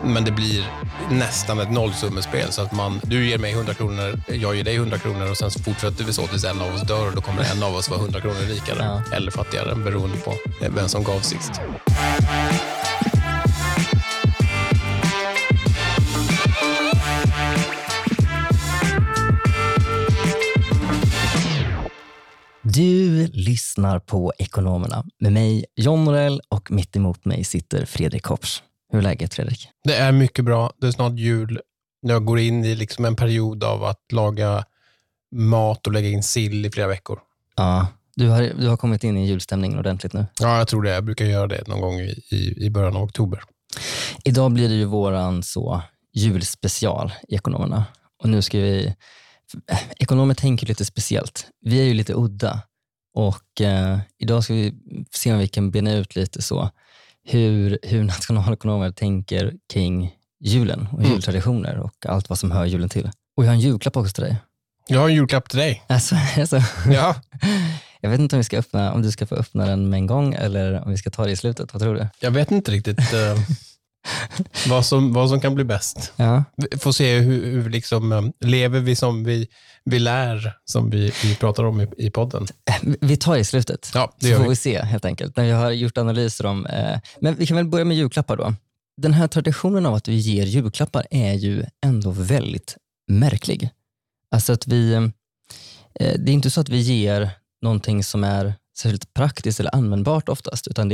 Men det blir nästan ett nollsummespel så att du ger mig 100 kronor, jag ger dig 100 kronor och sen så fortsätter vi så tills en av oss dör och då kommer en av oss vara 100 kronor rikare eller fattigare beroende på vem som gav sist. Du lyssnar på Ekonomerna med mig, John Norell, och mitt emot mig sitter Fredrik Kopsch. Hur är läget, Fredrik? Det är mycket bra. Det är snart jul. Jag går in i liksom en period av att laga mat och lägga in sill i flera veckor. Ja, du har kommit in i julstämningen ordentligt nu. Ja, jag tror det. Jag brukar göra det någon gång i början av oktober. Idag blir det ju våran julspecial i Ekonomerna. Och nu ska vi... Ekonomer tänker lite speciellt. Vi är ju lite udda. Och idag ska vi se om vi kan bena ut lite så hur nationalekonomer tänker kring julen och jultraditioner och allt vad som hör julen till. Och jag har en julklapp också till dig. Jag har en julklapp till dig. Alltså. Ja. Jag vet inte om du ska få öppna den med en gång eller om vi ska ta det i slutet. Vad tror du? Jag vet inte riktigt vad som kan bli bäst. Ja. Vi får se hur liksom, lever vi som vi lär, som vi pratar om i podden. Vi tar det i slutet. Ja, det så gör får vi se helt enkelt. När vi har gjort analyser om... Men vi kan väl börja med julklappar då. Den här traditionen av att vi ger julklappar är ju ändå väldigt märklig. Alltså att det är inte så att vi ger någonting som är särskilt praktiskt eller användbart oftast, utan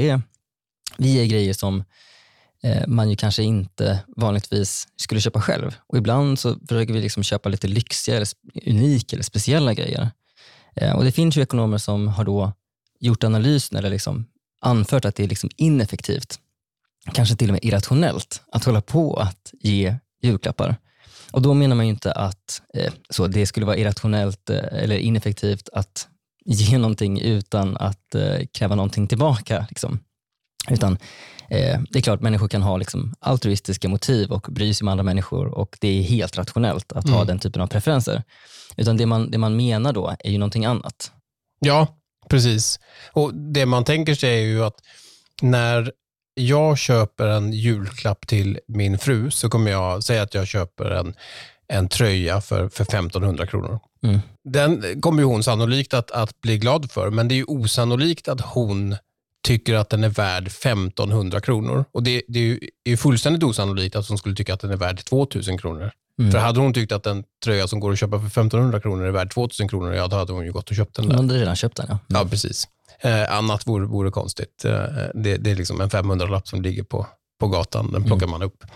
vi ger grejer som man ju kanske inte vanligtvis skulle köpa själv. Och ibland så försöker vi liksom köpa lite lyxiga, eller unika eller speciella grejer. Och det finns ju ekonomer som har då gjort analysen eller liksom anfört att det är liksom ineffektivt, kanske till och med irrationellt, att hålla på att ge julklappar. Och då menar man ju inte att så det skulle vara irrationellt eller ineffektivt att ge någonting utan att kräva någonting tillbaka. Liksom. Utan det är klart, människor kan ha liksom altruistiska motiv och bry sig om andra människor, och det är helt rationellt att ha den typen av preferenser. Utan det man menar då är ju någonting annat. Ja, precis. Och det man tänker sig är ju att när jag köper en julklapp till min fru så kommer jag säga att jag köper en tröja för 1500 kronor. Mm. Den kommer ju hon sannolikt att bli glad för, men det är ju osannolikt att hon tycker att den är värd 1500 kronor. Och det är ju fullständigt osannolikt att hon skulle tycka att den är värd 2000 kronor. Mm. För hade hon tyckt att en tröja som går att köpa för 1500 kronor är värd 2000 kronor, ja, då hade hon ju gått och köpt den där. Hon hade redan köpt den, ja. Ja, precis. Annat vore konstigt. Det är liksom en 500-lapp som ligger på gatan. Den plockar man upp.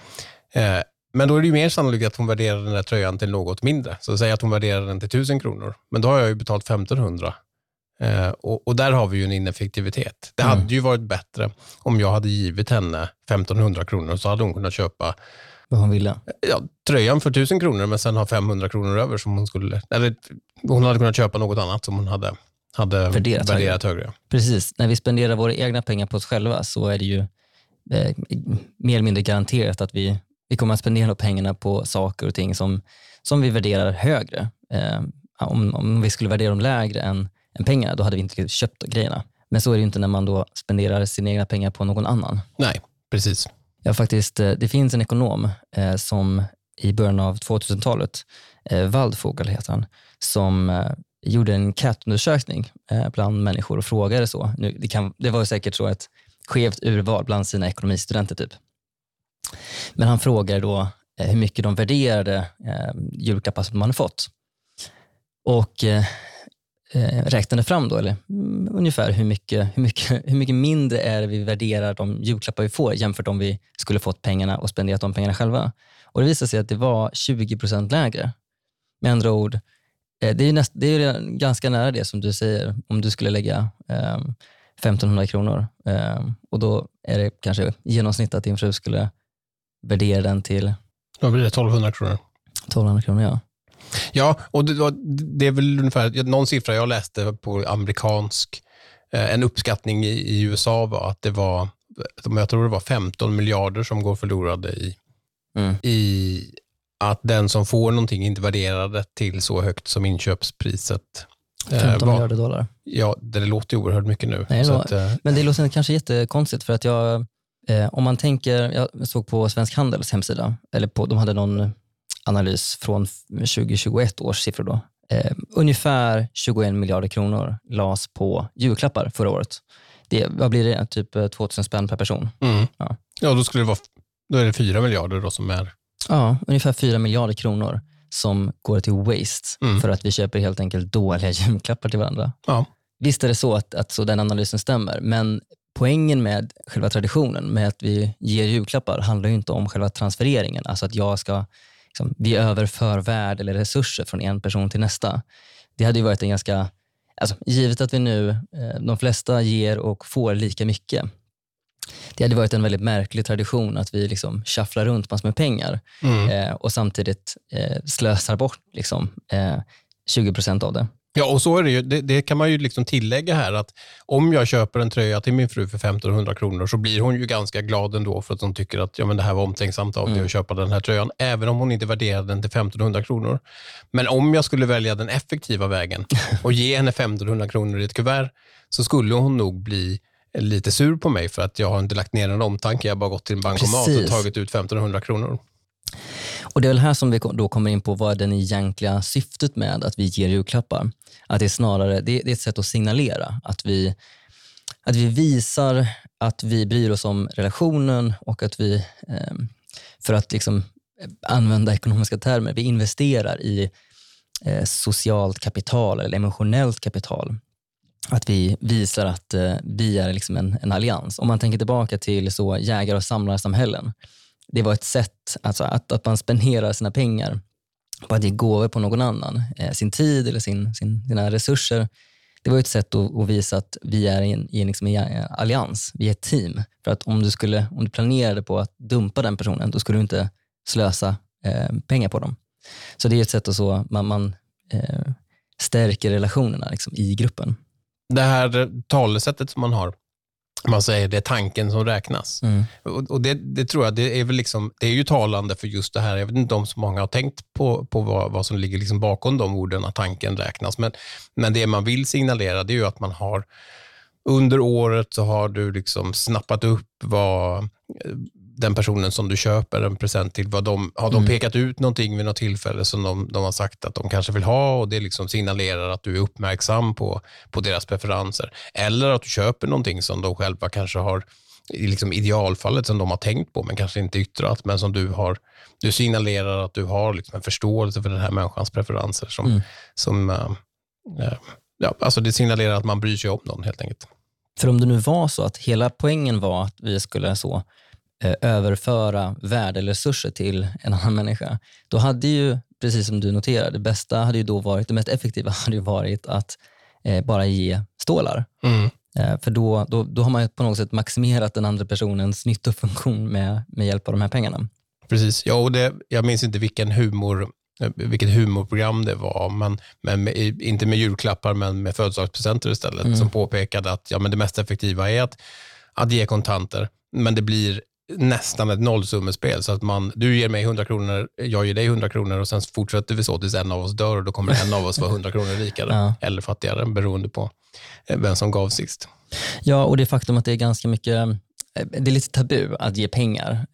Men då är det ju mer sannolikt att hon värderar den där tröjan till något mindre. Så säg att hon värderar den till 1000 kronor. Men då har jag ju betalt 1500. Och där har vi ju en ineffektivitet. Det hade ju varit bättre om jag hade givit henne 1500 kronor, så hade hon kunnat köpa vad hon ville. Ja, tröjan för 1000 kronor, men sen ha 500 kronor över som hon skulle... Eller hon hade kunnat köpa något annat som hon hade värderat högre. Precis. När vi spenderar våra egna pengar på oss själva så är det ju mer eller mindre garanterat att vi kommer att spendera pengarna på saker och ting som vi värderar högre. Om vi skulle värdera dem lägre än pengarna, då hade vi inte köpt grejerna. Men så är det ju inte när man då spenderar sina egna pengar på någon annan. Nej, precis. Ja, faktiskt, det finns en ekonom som i början av 2000-talet, Waldvogel heter han, som gjorde en enkätundersökning bland människor och frågade så. Det var säkert så ett skevt urval bland sina ekonomistudenter typ. Men han frågade då hur mycket de värderade julklappar som man hade fått. Och räknade fram då, eller ungefär hur mycket mindre är det vi värderar de julklappar vi får jämfört om vi skulle fått pengarna och spenderat de pengarna själva. Och det visade sig att det var 20% lägre. Med andra ord, det är ju ganska nära det som du säger, om du skulle lägga 1500 kronor. Och då är det kanske genomsnitt att din fru skulle värdera den till... Då blir det 1200 kronor. 1200 kronor, ja. Ja, och det är väl ungefär någon siffra jag läste på amerikansk, en uppskattning i USA var att det var, jag tror det var 15 miljarder som går förlorade i att den som får någonting inte värderar det till så högt som inköpspriset. 15 miljarder dollar. Ja, det låter ju oerhört mycket nu. Nej, men det låter kanske jättekonstigt för att jag Om man tänker, jag såg på Svensk Handels hemsida, de hade någon analys från 2021 års siffror då. Ungefär 21 miljarder kronor lades på julklappar förra året. Vad blir det? Typ 2000 spänn per person. Ja, då är det 4 miljarder då som är... Ja, ungefär 4 miljarder kronor som går till waste för att vi köper helt enkelt dåliga julklappar till varandra. Ja. Visst är det så att så den analysen stämmer, men poängen med själva traditionen med att vi ger julklappar handlar ju inte om själva transfereringen. Alltså att vi överför värde eller resurser från en person till nästa. Det hade ju varit en ganska... Alltså, givet att vi nu, de flesta ger och får lika mycket. Det hade varit en väldigt märklig tradition att vi liksom shufflar runt massor med pengar och samtidigt slösar bort 20% av det. Ja, och så är det ju. Det kan man ju liksom tillägga här att om jag köper en tröja till min fru för 1500 kronor så blir hon ju ganska glad ändå för att hon tycker att det här var omtänksamt av dig att köpa den här tröjan, även om hon inte värderar den till 1500 kronor. Men om jag skulle välja den effektiva vägen och ge henne 1500 kronor i ett kuvert så skulle hon nog bli lite sur på mig för att jag har inte lagt ner en omtanke. Jag har bara gått till en bankomat och tagit ut 1500 kronor. Och det är väl här som vi då kommer in på vad är det egentliga syftet med att vi ger julklappar. Att det är snarare, det är ett sätt att signalera. Att vi visar att vi bryr oss om relationen och att vi, för att liksom använda ekonomiska termer, vi investerar i socialt kapital eller emotionellt kapital. Att vi visar att vi är liksom en allians. Om man tänker tillbaka till så jägar- och samlarsamhällen. Det var ett sätt alltså att man spenderar sina pengar på att ge gåvor på någon annan. Sin tid eller sina resurser. Det var ett sätt att visa att vi är i en allians. Vi är ett team. För att om du planerade på att dumpa den personen, då skulle du inte slösa pengar på dem. Så det är ett sätt att så man stärker relationerna liksom, i gruppen. Det här talesättet som man har, man säger det är tanken som räknas. Och det tror jag, det är väl liksom, det är ju talande för just det här. Jag vet inte om så många har tänkt på vad som ligger liksom bakom de orden att tanken räknas. Men det man vill signalera, det är ju att man har under året så har du liksom snappat upp vad den personen som du köper en present till, vad de pekat ut någonting vid något tillfälle som de har sagt att de kanske vill ha, och det liksom signalerar att du är uppmärksam på deras preferenser. Eller att du köper någonting som de själva kanske har i liksom idealfallet som de har tänkt på men kanske inte yttrat, men som du signalerar att du har liksom en förståelse för den här människans preferenser alltså det signalerar att man bryr sig om någon helt enkelt. För om det nu var så att hela poängen var att vi skulle så överföra värde eller resurser till en annan människa, då hade ju, precis som du noterade, det bästa hade ju då varit, det mest effektiva hade ju varit att bara ge stålar. För då har man ju på något sätt maximerat den andra personens nyttofunktion med hjälp av de här pengarna. Precis, ja, och jag minns inte vilket humorprogram det var, men inte med julklappar men med födelsedagspresenter istället, som påpekade att det mest effektiva är att ge kontanter, men det blir nästan ett nollsummespel, så att du ger mig 100 kronor, jag ger dig 100 kronor och sen fortsätter vi så tills en av oss dör, och då kommer en av oss vara 100 kronor rikare eller fattigare, beroende på vem som gav sist. Ja, och det faktum att det är ganska mycket, det är lite tabu att ge pengar.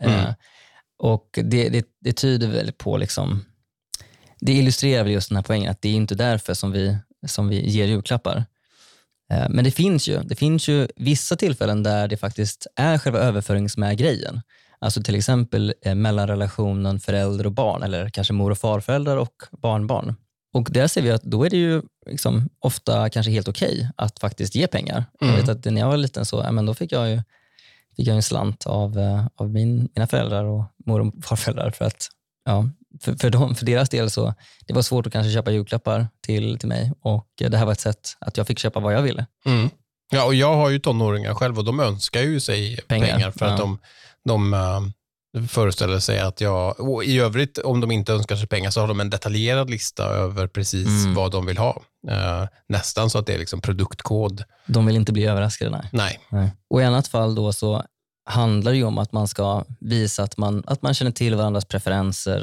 Och det tyder väl på liksom, det illustrerar väl just den här poängen att det är inte därför som vi ger julklappar. Men det finns ju vissa tillfällen där det faktiskt är själva överföring som är grejen. Alltså till exempel mellan relationen förälder och barn, eller kanske mor- och farföräldrar och barnbarn. Och där ser vi att då är det ju liksom ofta kanske helt okej att faktiskt ge pengar. Jag vet att när jag var liten så, då fick jag ju en slant av mina föräldrar och mor- och farföräldrar för att för deras del så det var svårt att kanske köpa julklappar till mig, och det här var ett sätt att jag fick köpa vad jag ville. Ja, och jag har ju tonåringar själv och de önskar ju sig pengar för att de föreställer sig att och i övrigt om de inte önskar sig pengar så har de en detaljerad lista över precis vad de vill ha. Nästan så att det är liksom produktkod. De vill inte bli överraskade, nej. Och i annat fall då så handlar det ju om att man ska visa att man känner till varandras preferenser,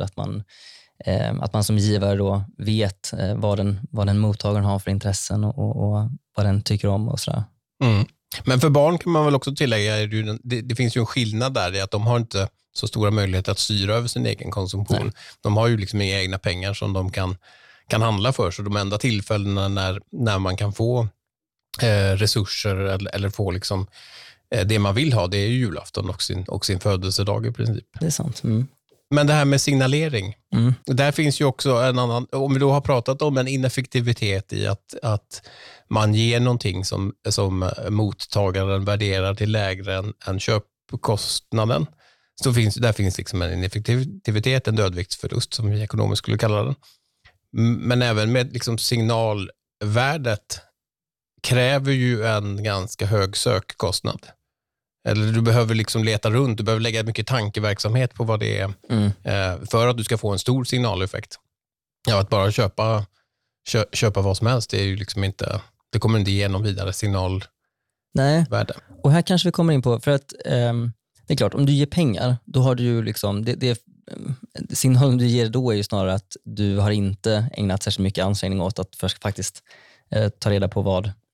att man som givare då vet vad den mottagaren har för intressen och vad den tycker om och sådär. Men för barn kan man väl också tillägga, det finns ju en skillnad där i att de har inte så stora möjligheter att styra över sin egen konsumtion. Nej. De har ju liksom inga egna pengar som de kan handla för, så de enda tillfällena när man kan få resurser eller få liksom det man vill ha, det är ju julafton och sin födelsedag i princip. Det är sant. Mm. Men det här med signalering, där finns ju också en annan, om vi då har pratat om en ineffektivitet i att man ger någonting som mottagaren värderar till lägre än köpkostnaden, så där finns liksom en ineffektivitet, en dödviktsförlust som vi ekonomiskt skulle kalla den. Men även med liksom signalvärdet kräver ju en ganska hög sökkostnad. Eller du behöver liksom leta runt, du behöver lägga mycket tankeverksamhet på vad det är för att du ska få en stor signaleffekt. Ja, att bara köpa vad som helst, det är ju liksom inte, det kommer inte ge någon vidare signalvärde. Nej, och här kanske vi kommer in på, för att det är klart, om du ger pengar, då har du ju liksom, signalen du ger då är ju snarare att du har inte ägnat särskilt mycket ansträngning åt att faktiskt ta reda på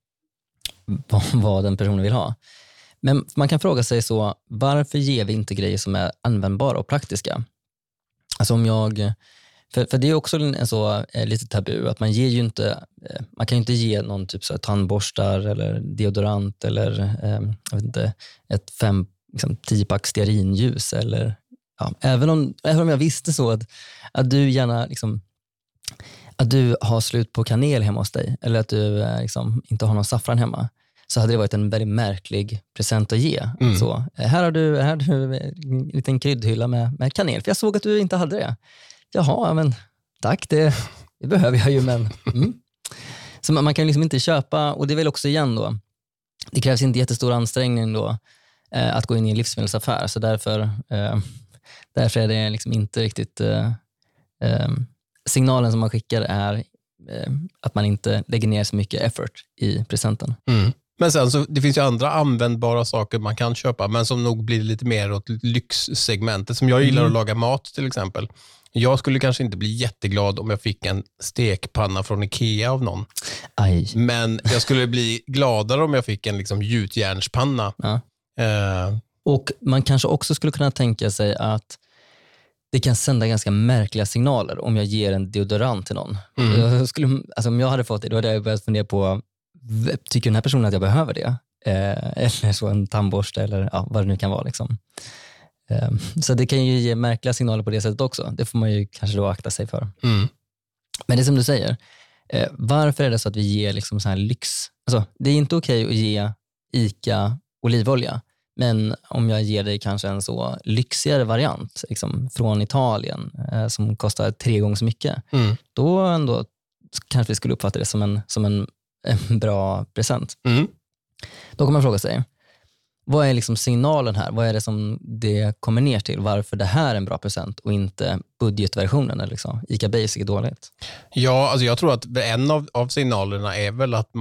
vad den personen vill ha. Men man kan fråga sig så, varför ger vi inte grejer som är användbara och praktiska? Alltså om för det är också en så lite tabu att man ger ju inte, man kan ju inte ge någon typ så här tandborstar eller deodorant eller jag vet inte, ett 10-pack stearinljus eller ja, även om jag visste så att du gärna liksom, att du har slut på kanel hemma hos dig eller att du liksom inte har någon saffran hemma, så hade det varit en väldigt märklig present att ge. Så, här har du en liten kryddhylla med kanel, för jag såg att du inte hade det. Jaha, men tack, det behöver jag ju, men så man kan liksom inte köpa, och det är väl också igen då, det krävs inte jättestor ansträngning då att gå in i en livsmedelsaffär, så därför är det liksom inte riktigt signalen som man skickar är att man inte lägger ner så mycket effort i presenten. Men sen så, det finns ju andra användbara saker man kan köpa, men som nog blir lite mer åt lyxsegmentet, som jag gillar att laga mat till exempel. Jag skulle kanske inte bli jätteglad om jag fick en stekpanna från Ikea av någon. Aj. Men jag skulle bli gladare om jag fick en liksom gjutjärnspanna. Ja. Och man kanske också skulle kunna tänka sig att det kan sända ganska märkliga signaler om jag ger en deodorant till någon. Om jag hade fått det, då hade jag börjat fundera på, tycker den här personen att jag behöver det? Eller så en tandborste eller vad det nu kan vara. Liksom. Så det kan ju ge märkliga signaler på det sättet också. Det får man ju kanske då akta sig för. Men det är som du säger, varför är det så att vi ger liksom så här lyx? Alltså, det är inte okej att ge ICA olivolja, men om jag ger dig kanske en så lyxigare variant liksom, från Italien som kostar 3 gånger så mycket, då ändå kanske vi skulle uppfatta det som en bra present. Då kan man fråga sig, vad är liksom signalen här? Vad är det som det kommer ner till? Varför det här är en bra present och inte budgetversionen eller liksom ICA Basic är dåligt? Ja, alltså jag tror att en av signalerna är väl att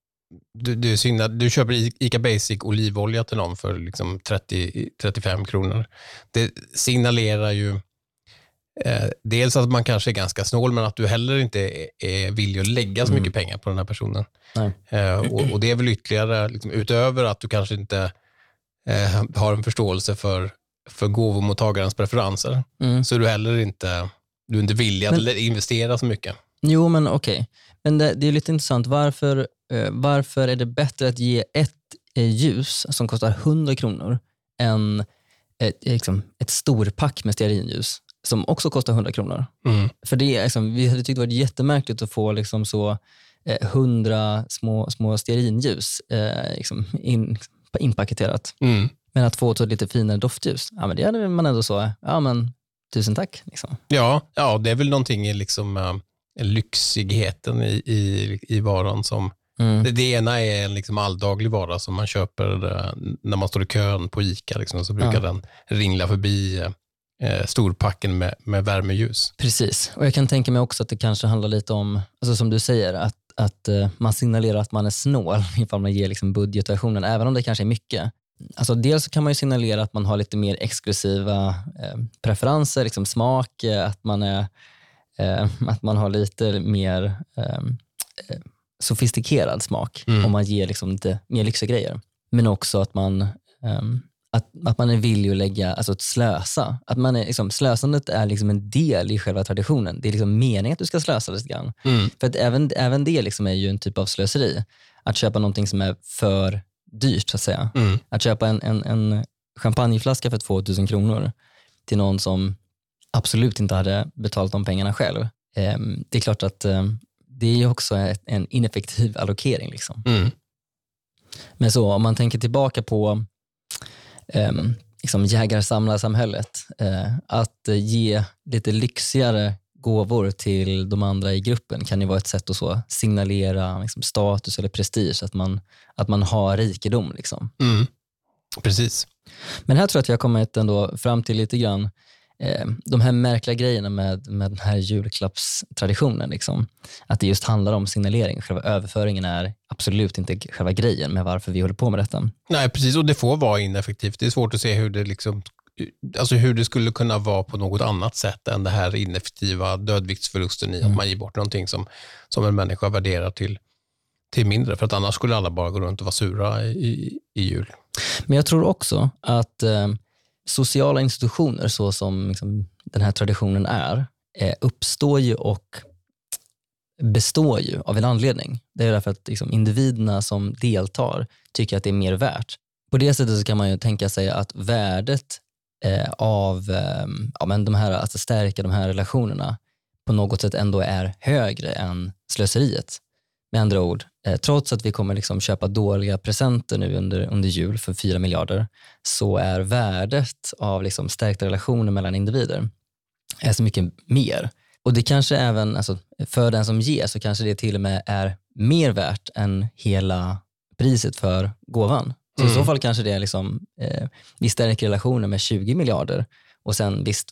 du köper ICA Basic olivolja till någon för liksom 30-35 kronor. Det signalerar ju dels att man kanske är ganska snål, men att du heller inte är villig att lägga så mycket pengar på den här personen. Och det är väl ytterligare liksom, utöver att du kanske inte har en förståelse för gåvomottagarens preferenser, så är du heller inte villig att investera så mycket. Jo, men okej. Men det är lite intressant. Varför är det bättre att ge ett ljus som kostar 100 kronor än ett storpack med stearinljus som också kostar 100 kronor? För det är liksom, vi hade tyckt det var jättemärkligt att få liksom så 100 små stearinljus inpaketerat. Men att få ett lite finare doftljus, ja, men det hade man ändå så, ja men tusen tack. Liksom. Ja, det är väl någonting i liksom lyxigheten i varan som det ena är en liksom alldaglig vara som man köper när man står i kön på ICA liksom, så brukar den ringla förbi storpacken med värmeljus. Precis, och jag kan tänka mig också att det kanske handlar lite om, alltså som du säger, att man signalerar att man är snål ifall man ger liksom budgetversionen, även om det kanske är mycket. Alltså dels så kan man ju signalera att man har lite mer exklusiva preferenser, liksom smak, att man har lite mer sofistikerad smak om man ger liksom lite mer lyxiga grejer. Men också att man att man är villig att lägga, alltså att slösa. Att man är, liksom, slösandet är liksom en del i själva traditionen. Det är liksom meningen att du ska slösa lite grann. För att även det liksom är ju en typ av slöseri. Att köpa någonting som är för dyrt, så att säga. Att köpa en champagneflaska för 2000 kronor till någon som absolut inte hade betalat de pengarna själv. Det är klart att det är också en ineffektiv allokering. Liksom. Men så, om man tänker tillbaka på liksom jägar-samlarsamhället, att ge lite lyxigare gåvor till de andra i gruppen kan ju vara ett sätt att så signalera liksom status eller prestige, att man har rikedom. Liksom. Precis. Men här tror jag att jag har kommit ändå fram till lite grann de här märkliga grejerna med den här julklappstraditionen. Liksom. Att det just handlar om signalering. Själva överföringen är absolut inte själva grejen med varför vi håller på med detta. Nej, precis. Och det får vara ineffektivt. Det är svårt att se hur det liksom, alltså hur det skulle kunna vara på något annat sätt än det här ineffektiva dödviktsförlusten i att man ger bort någonting som en människa värderar till mindre. För att annars skulle alla bara gå runt och vara sura i jul. Men jag tror också att sociala institutioner, så som liksom den här traditionen uppstår ju och består ju av en anledning. Det är därför att liksom individerna som deltar tycker att det är mer värt. På det sättet så kan man ju tänka sig att värdet av de här, att stärka de här relationerna på något sätt ändå är högre än slöseriet. Med andra ord, trots att vi kommer liksom köpa dåliga presenter nu under jul för 4 miljarder, så är värdet av liksom stärkta relationer mellan individer är så mycket mer. Och det kanske även, alltså, för den som ger, så kanske det till och med är mer värt än hela priset för gåvan. Så i så fall kanske det är liksom, vi stärker relationer med 20 miljarder och sen visst,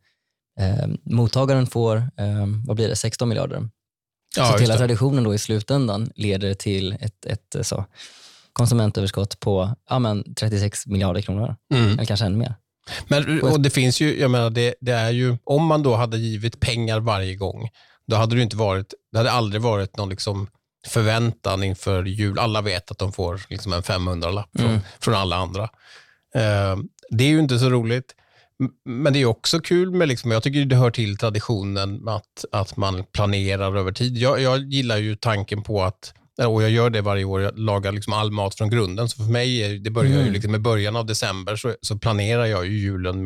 mottagaren får, 16 miljarder. Ja, så hela traditionen då i slutändan leder till ett konsumentöverskott på 36 miljarder kronor. Eller kanske ännu mer. Men, och det finns ju, jag menar, det är ju, om man då hade givit pengar varje gång, då hade det hade aldrig varit någon liksom förväntan inför jul. Alla vet att de får liksom en 500-lapp från alla andra. Det är ju inte så roligt. Men det är också kul med, liksom, jag tycker det hör till traditionen att man planerar över tid. Jag gillar ju tanken på att, och jag gör det varje år, jag lagar liksom all mat från grunden. Så för mig, det börjar ju liksom med början av december, så planerar jag ju julen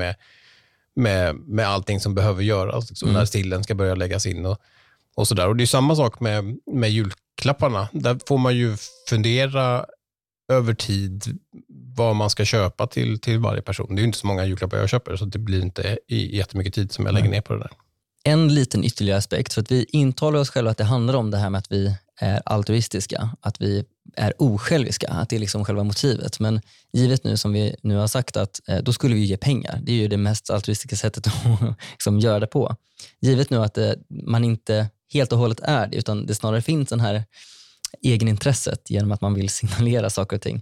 med allting som behöver göras. Liksom, när stillen ska börja läggas in och sådär. Och det är samma sak med julklapparna. Där får man ju fundera över tid vad man ska köpa till varje person. Det är ju inte så många julklappar jag köper, så det blir inte jättemycket tid som jag lägger ner på det där. En liten ytterligare aspekt, för att vi intalar oss själva att det handlar om det här med att vi är altruistiska, att vi är osjälviska, att det är liksom själva motivet. Men givet nu, som vi nu har sagt, att då skulle vi ge pengar. Det är ju det mest altruistiska sättet att liksom göra det på. Givet nu att man inte helt och hållet är det, utan det snarare finns den här egenintresset genom att man vill signalera saker och ting.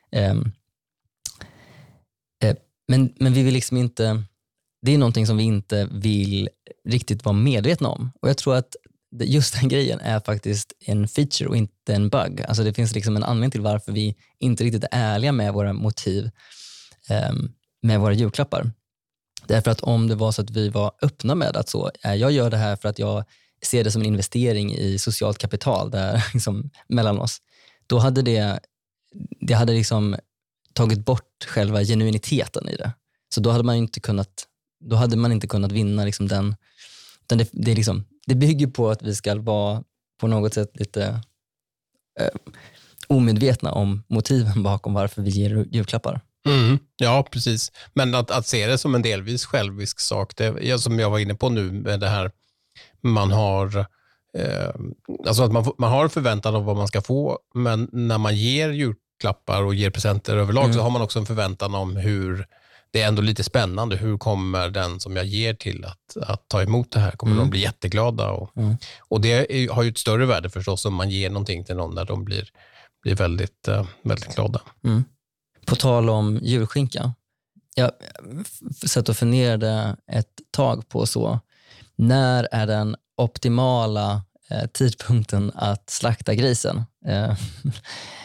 Men vi vill liksom inte, det är någonting som vi inte vill riktigt vara medvetna om. Och jag tror att just den grejen är faktiskt en feature och inte en bug. Alltså det finns liksom en anledning till varför vi inte riktigt är ärliga med våra motiv med våra julklappar. Därför att om det var så att vi var öppna med att jag gör det här för att jag ser det som en investering i socialt kapital där, liksom, mellan oss, då hade det hade liksom tagit bort själva genuiniteten i det. Så då hade man inte kunnat vinna liksom den. Det bygger på att vi ska vara på något sätt lite omedvetna om motiven bakom varför vi ger julklappar. Ja, precis. Men att se det som en delvis självisk sak, det som jag var inne på nu med det här, man har alltså att man har förväntan av vad man ska få, men när man ger julklappar och ger presenter överlag så har man också en förväntan om hur, det är ändå lite spännande, hur kommer den som jag ger till att ta emot det här? Kommer de bli jätteglada? Och det har ju ett större värde förstås om man ger någonting till någon där de blir väldigt, väldigt glada. På tal om julskinka, jag satt och funderade ett tag på när är den optimala tidpunkten att slakta grisen?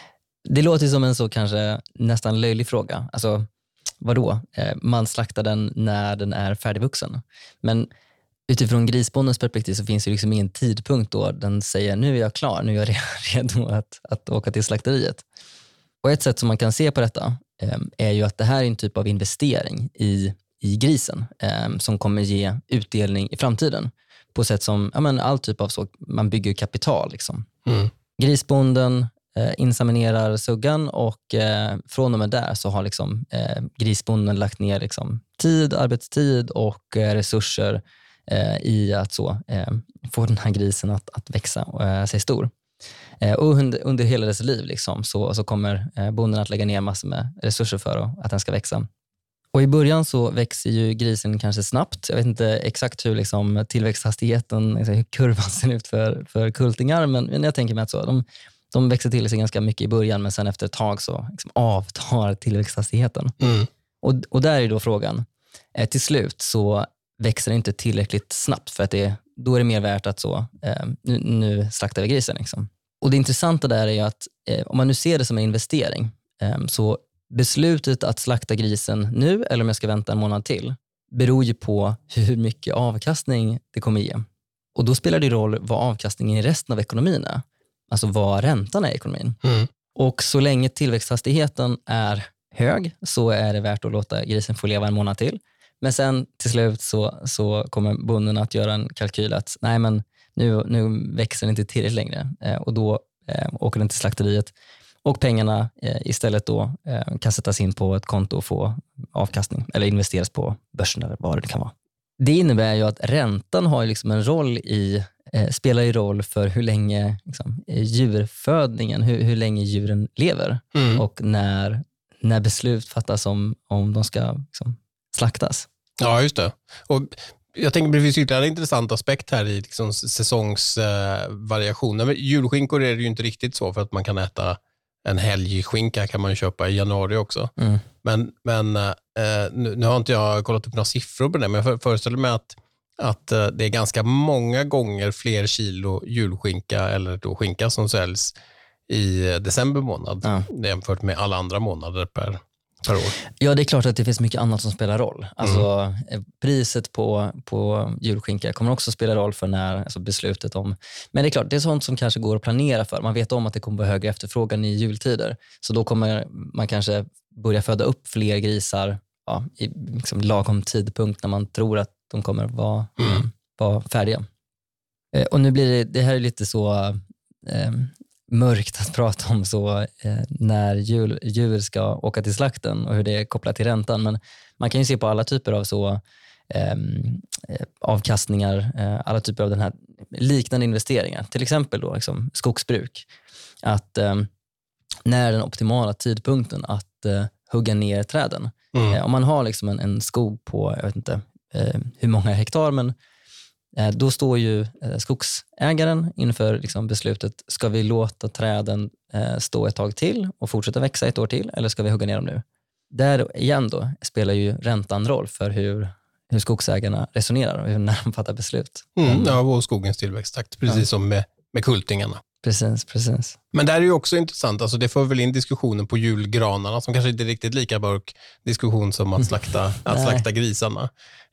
Det låter som en så kanske nästan löjlig fråga. Alltså, vadå? Man slaktar den när den är färdigvuxen. Men utifrån grisbondens perspektiv så finns det liksom ingen tidpunkt då den säger nu är jag klar, nu är jag redo att åka till slakteriet. Och ett sätt som man kan se på detta är ju att det här är en typ av investering i grisen som kommer ge utdelning i framtiden. På sätt som all typ av så, man bygger kapital. Liksom. Grisbonden inseminerar suggan och från och med där så har liksom, grisbonden lagt ner liksom, tid, arbetstid och resurser i att så, få den här grisen att växa och sig stor. Och under hela dess liv liksom, så kommer bonden att lägga ner massor med resurser för att den ska växa. Och i början så växer ju grisen kanske snabbt. Jag vet inte exakt hur liksom, tillväxthastigheten, liksom, hur kurvan ser ut för kultingar, men jag tänker mig att så, de växer till sig ganska mycket i början, men sen efter ett tag så liksom, avtar tillväxthastigheten. Och där är då frågan, till slut så växer det inte tillräckligt snabbt för att då är det mer värt att så, nu slaktar vi grisen. Liksom. Och det intressanta där är ju att om man nu ser det som en investering, så beslutet att slakta grisen nu eller om jag ska vänta en månad till beror ju på hur mycket avkastning det kommer ge. Och då spelar det roll vad avkastningen i resten av ekonomin är. Alltså vad räntan är i ekonomin. Och så länge tillväxthastigheten är hög så är det värt att låta grisen få leva en månad till. Men sen till slut så kommer bonden att göra en kalkyl att nej, men nu växer den inte tillräckligt längre och då åker den till slakteriet och pengarna istället då kan sättas in på ett konto och få avkastning eller investeras på börsen eller vad det kan vara. Det innebär ju att räntan har ju liksom en roll spelar ju roll för hur länge liksom, djurfödningen, hur länge djuren lever och när beslut fattas om de ska liksom, slaktas. Ja, just det. Och jag tänker det finns ytterligare en intressant aspekt här i liksom, säsongsvariationer. Julskinkor är det ju inte riktigt så för att man kan äta en helgskinka kan man ju köpa i januari också. Men nu har inte jag kollat upp några siffror på det, men jag föreställer mig att det är ganska många gånger fler kilo julskinka eller då skinka som säljs i december månad jämfört med alla andra månader per år. Ja, det är klart att det finns mycket annat som spelar roll. Alltså priset på julskinka kommer också spela roll för när alltså beslutet om. Men det är klart, det är sånt som kanske går att planera för. Man vet om att det kommer vara högre efterfrågan i jultider. Så då kommer man kanske börja föda upp fler grisar i liksom lagom tidpunkt när man tror att de kommer vara färdiga. Och nu blir det här är lite så mörkt att prata om så när djur ska åka till slakten och hur det är kopplat till räntan. Men man kan ju se på alla typer av så avkastningar, alla typer av den här liknande investeringar. Till exempel då liksom skogsbruk. Att när den optimala tidpunkten att hugga ner träden. Om man har liksom en skog på, jag vet inte hur många hektar, men då står ju skogsägaren inför liksom beslutet, ska vi låta träden stå ett tag till och fortsätta växa ett år till eller ska vi hugga ner dem nu? Där igen då spelar ju räntan roll för hur skogsägarna resonerar och när de fattar beslut. Ja, och skogens tillväxttakt, precis som med kultingarna. Precis. Men det är ju också intressant, alltså det får väl in diskussionen på julgranarna som kanske inte är riktigt lika mörk diskussion som att slakta grisarna.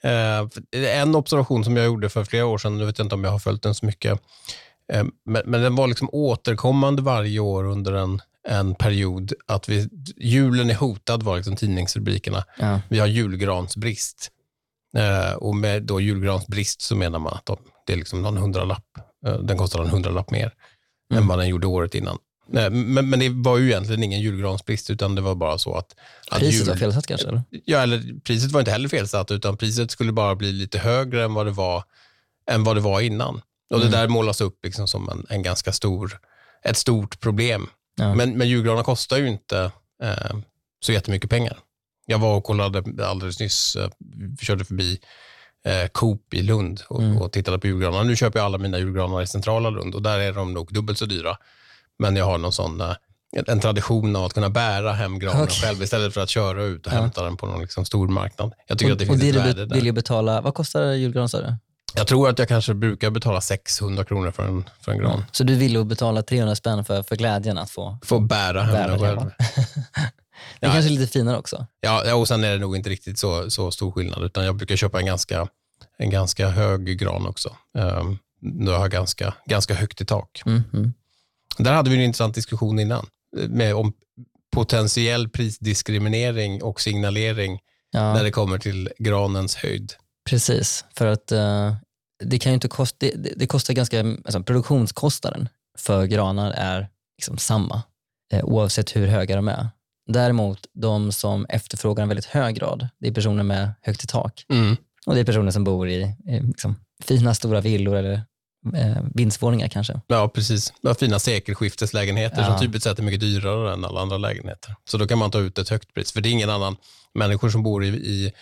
En observation som jag gjorde för flera år sedan, nu vet jag inte om jag har följt den så mycket, men den var liksom återkommande varje år under en period att julen är hotad var liksom tidningsrubrikerna. Ja. Vi har julgransbrist. Och med då julgransbrist så menar man att det är liksom någon 100-lapp, den kostar en 100-lapp mer än vad den gjorde året innan. Men det var ju egentligen ingen julgransbrist utan det var bara så att priset var felsatt kanske? Eller? Ja, eller priset var inte heller felsatt utan priset skulle bara bli lite högre än vad det var innan. Och det där målas upp liksom som en ganska ett stort problem. Ja. Men julgranar kostar ju inte så jättemycket pengar. Jag var och kollade alldeles nyss, vi körde förbi Coop i Lund och tittade på julgranar. Nu köper jag alla mina julgranar i centrala Lund och där är de nog dubbelt så dyra. Men jag har någon sån en tradition av att kunna bära hem granen själv istället för att köra ut och hämta den på någon liksom stor marknad. Jag tycker att det finns ett värde där. Vill ju betala, vad kostar julgran sa du? Jag tror att jag kanske brukar betala 600 kronor för en gran. Så du vill betala 300 spänn för glädjen att få bära hem den själv. Det är kanske lite finare också. Ja, och sen är det nog inte riktigt så stor skillnad, utan jag brukar köpa en ganska hög gran också. Då har ganska högt i tak. Där hade vi en intressant diskussion innan om potentiell prisdiskriminering och signalering när det kommer till granens höjd. Precis, för att det kan ju inte kosta, det kostar ganska, alltså produktionskostnaden för granar är liksom samma oavsett hur höga de är. Däremot de som efterfrågar en väldigt hög grad, det är personer med högt i tak. Och det är personer som bor i liksom, fina stora villor eller vindsvåningar kanske. Ja, precis. Fina sekelskifteslägenheter som typiskt sett är mycket dyrare än alla andra lägenheter. Så då kan man ta ut ett högt pris. För det är ingen annan människor som bor i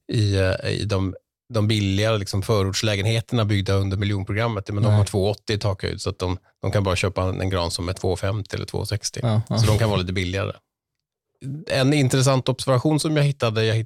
de billigare liksom förortslägenheterna byggda under miljonprogrammet. Men de har 2,80 i takhöjd, så att de kan bara köpa en gran som är 2,50 eller 2,60. Så de kan vara lite billigare. En intressant observation som jag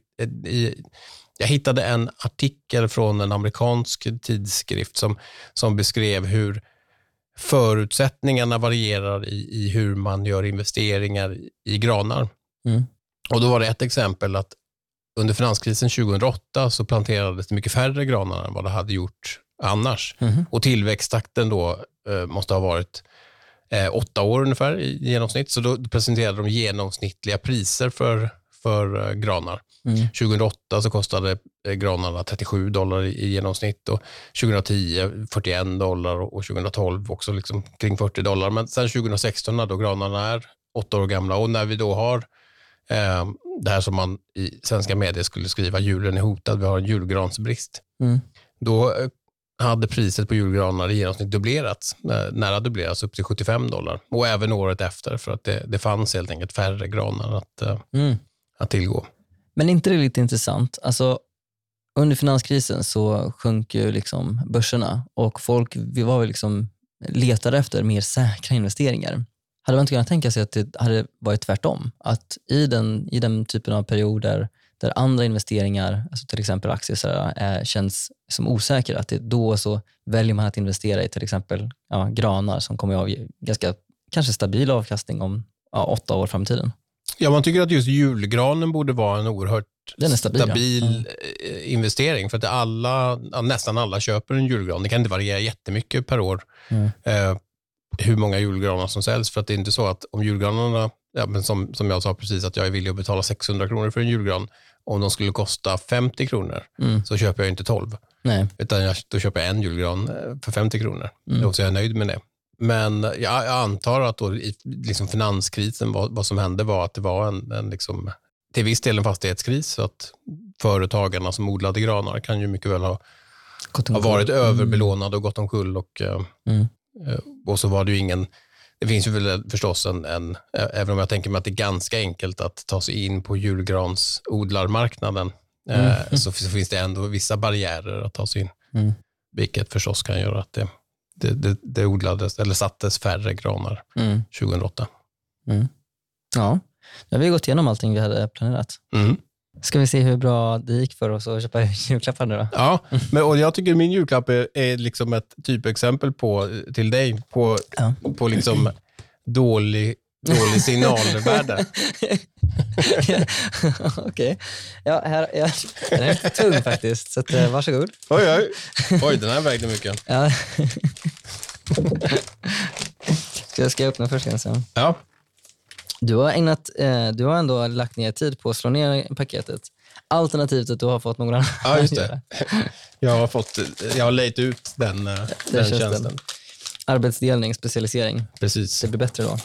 hittade en artikel från en amerikansk tidskrift som beskrev hur förutsättningarna varierar i hur man gör investeringar i granar. Och då var det ett exempel att under finanskrisen 2008 så planterades det mycket färre granar än vad det hade gjort annars. Och tillväxttakten då måste ha varit 8 år ungefär i genomsnitt. Så då presenterade de genomsnittliga priser för granar. 2008 så kostade granarna $37 i genomsnitt, och 2010 $41 och 2012 också liksom kring $40. Men sen 2016 då granarna är 8 år gamla, och när vi då har det här som man i svenska medier skulle skriva julen är hotad, vi har en julgransbrist. Då hade priset på julgranar i genomsnitt dubblerats, nära dubblerats upp till $75. Och även året efter, för att det fanns helt enkelt färre granar att tillgå. Men inte det är lite intressant? Alltså, under finanskrisen så sjönk ju liksom börserna och vi var liksom letade efter mer säkra investeringar. Hade man inte kunnat tänka sig att det hade varit tvärtom? Att i den typen av perioder där andra investeringar, alltså till exempel aktier, känns som osäkra, att då så väljer man att investera i till exempel granar som kommer att ha ganska kanske stabil avkastning om 8 år fram i tiden. Ja, man tycker att just julgranen borde vara en oerhört stabil investering, för att nästan alla köper en julgran. Det kan inte variera jättemycket per år hur många julgranar som säljs, för att det är inte så att om julgranarna, men som jag sa precis, att jag är villig att betala 600 kronor för en julgran, om de skulle kosta 50 kronor så köper jag inte 12. Nej. Utan då köper jag en julgran för 50 kronor. Och så är jag nöjd med det. Men jag antar att då i liksom finanskrisen, vad som hände var att det var en liksom, till viss del en fastighetskris, så att företagarna som odlade granar kan ju mycket väl ha varit överbelånade och gått omkull, och så var det ju det finns ju väl förstås även om jag tänker mig att det är ganska enkelt att ta sig in på julgransodlarmarknaden, så finns det ändå vissa barriärer att ta sig in, vilket förstås kan göra att det odlades eller sattes färre granar 2008. Ja, nu har vi gått igenom allting vi hade planerat. Ska vi se hur bra det gick för oss att köpa julklappar nu då? Ja, och jag tycker min julklapp är liksom ett typexempel till dig på liksom dålig signalvärde. Okej. Ja, den är lite tung faktiskt, så varsågod. Oj, den här vägde mycket. Ja. Ska jag öppna först sen? Ja. Du har ändå lagt ner tid på att slå ner paketet. Alternativt att du har fått någon annan. Ja, just det. Jag har lejt ut den tjänsten. Arbetsdelning, specialisering. Precis. Det blir bättre då.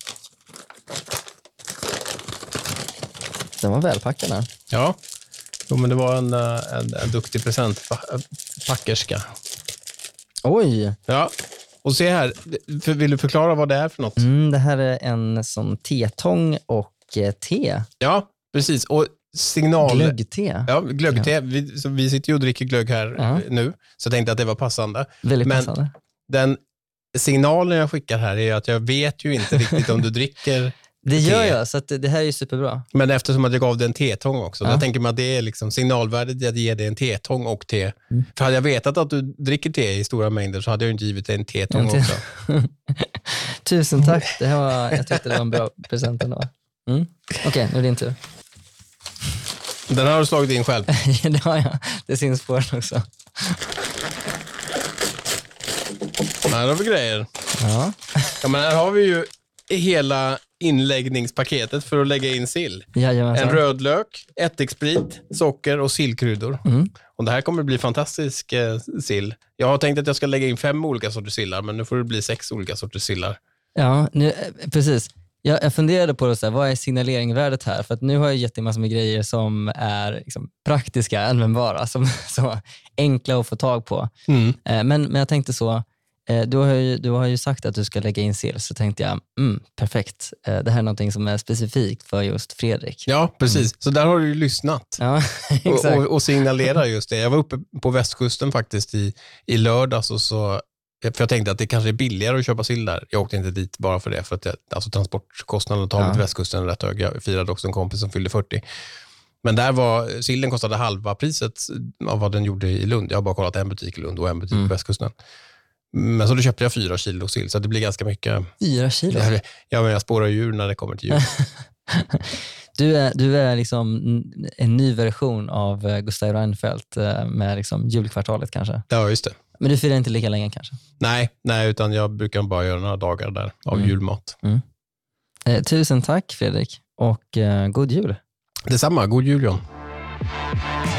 Den var välpackad här. Ja, men det var en duktig presentpackerska. Oj! Ja, och se här. Vill du förklara vad det är för något? Det här är en sån tetång och te. Ja, precis. Och glöggte. Ja, glöggte. Ja. Vi sitter ju och dricker glögg här nu, så jag tänkte att det var passande. Väldigt passande. Men den signalen jag skickar här är att jag vet ju inte riktigt om du dricker Det gör jag, så att det här är ju superbra. Men eftersom att jag gav dig en tetång också, då tänker man att det är liksom signalvärdet att ge dig en tetång och te. För hade jag vetat att du dricker te i stora mängder så hade jag inte givit dig en tetång också. Tusen tack, jag tyckte det var en bra present ändå. Okej, nu är det din tur. Den har du slagit in själv. Det har jag, det syns på den också. Här har vi grejer. Ja, men här har vi ju hela inläggningspaketet för att lägga in sill. Jajamensan. En rödlök, ättiksprit, socker och sillkryddor. Och det här kommer bli fantastisk sill. Jag har tänkt att jag ska lägga in 5 olika sorters sillar, men nu får det bli 6 olika sorters sillar. Ja, precis. Jag funderade på det så här, vad är signaleringvärdet här? För att nu har jag gett en massa med grejer som är liksom praktiska, användbara, som så enkla att få tag på. Men jag tänkte så, du har ju sagt att du ska lägga in sill, så tänkte jag, perfekt. Det här är någonting som är specifikt för just Fredrik. Ja, precis. Så där har du ju lyssnat. Ja, exakt. Och signalerar just det. Jag var uppe på västkusten faktiskt i lördags och så. För jag tänkte att det kanske är billigare att köpa sill där. Jag åkte inte dit bara för det. För att transportkostnaden att ta mig till västkusten är rätt hög. Jag firade också en kompis som fyllde 40. Men där var sillen kostade halva priset av vad den gjorde i Lund. Jag har bara kollat en butik i Lund och en butik på västkusten. Men så då köpte jag 4 kilo sill. Så det blir ganska mycket. 4 kilo? Ja, men jag spårar djur när det kommer till djur. Du är liksom en ny version av Gustav Reinfeldt med liksom julkvartalet kanske. Ja, just det. Men du firar inte lika länge kanske? Nej, utan jag brukar bara göra några dagar där av julmat. Tusen tack Fredrik och god jul. Detsamma, god jul John.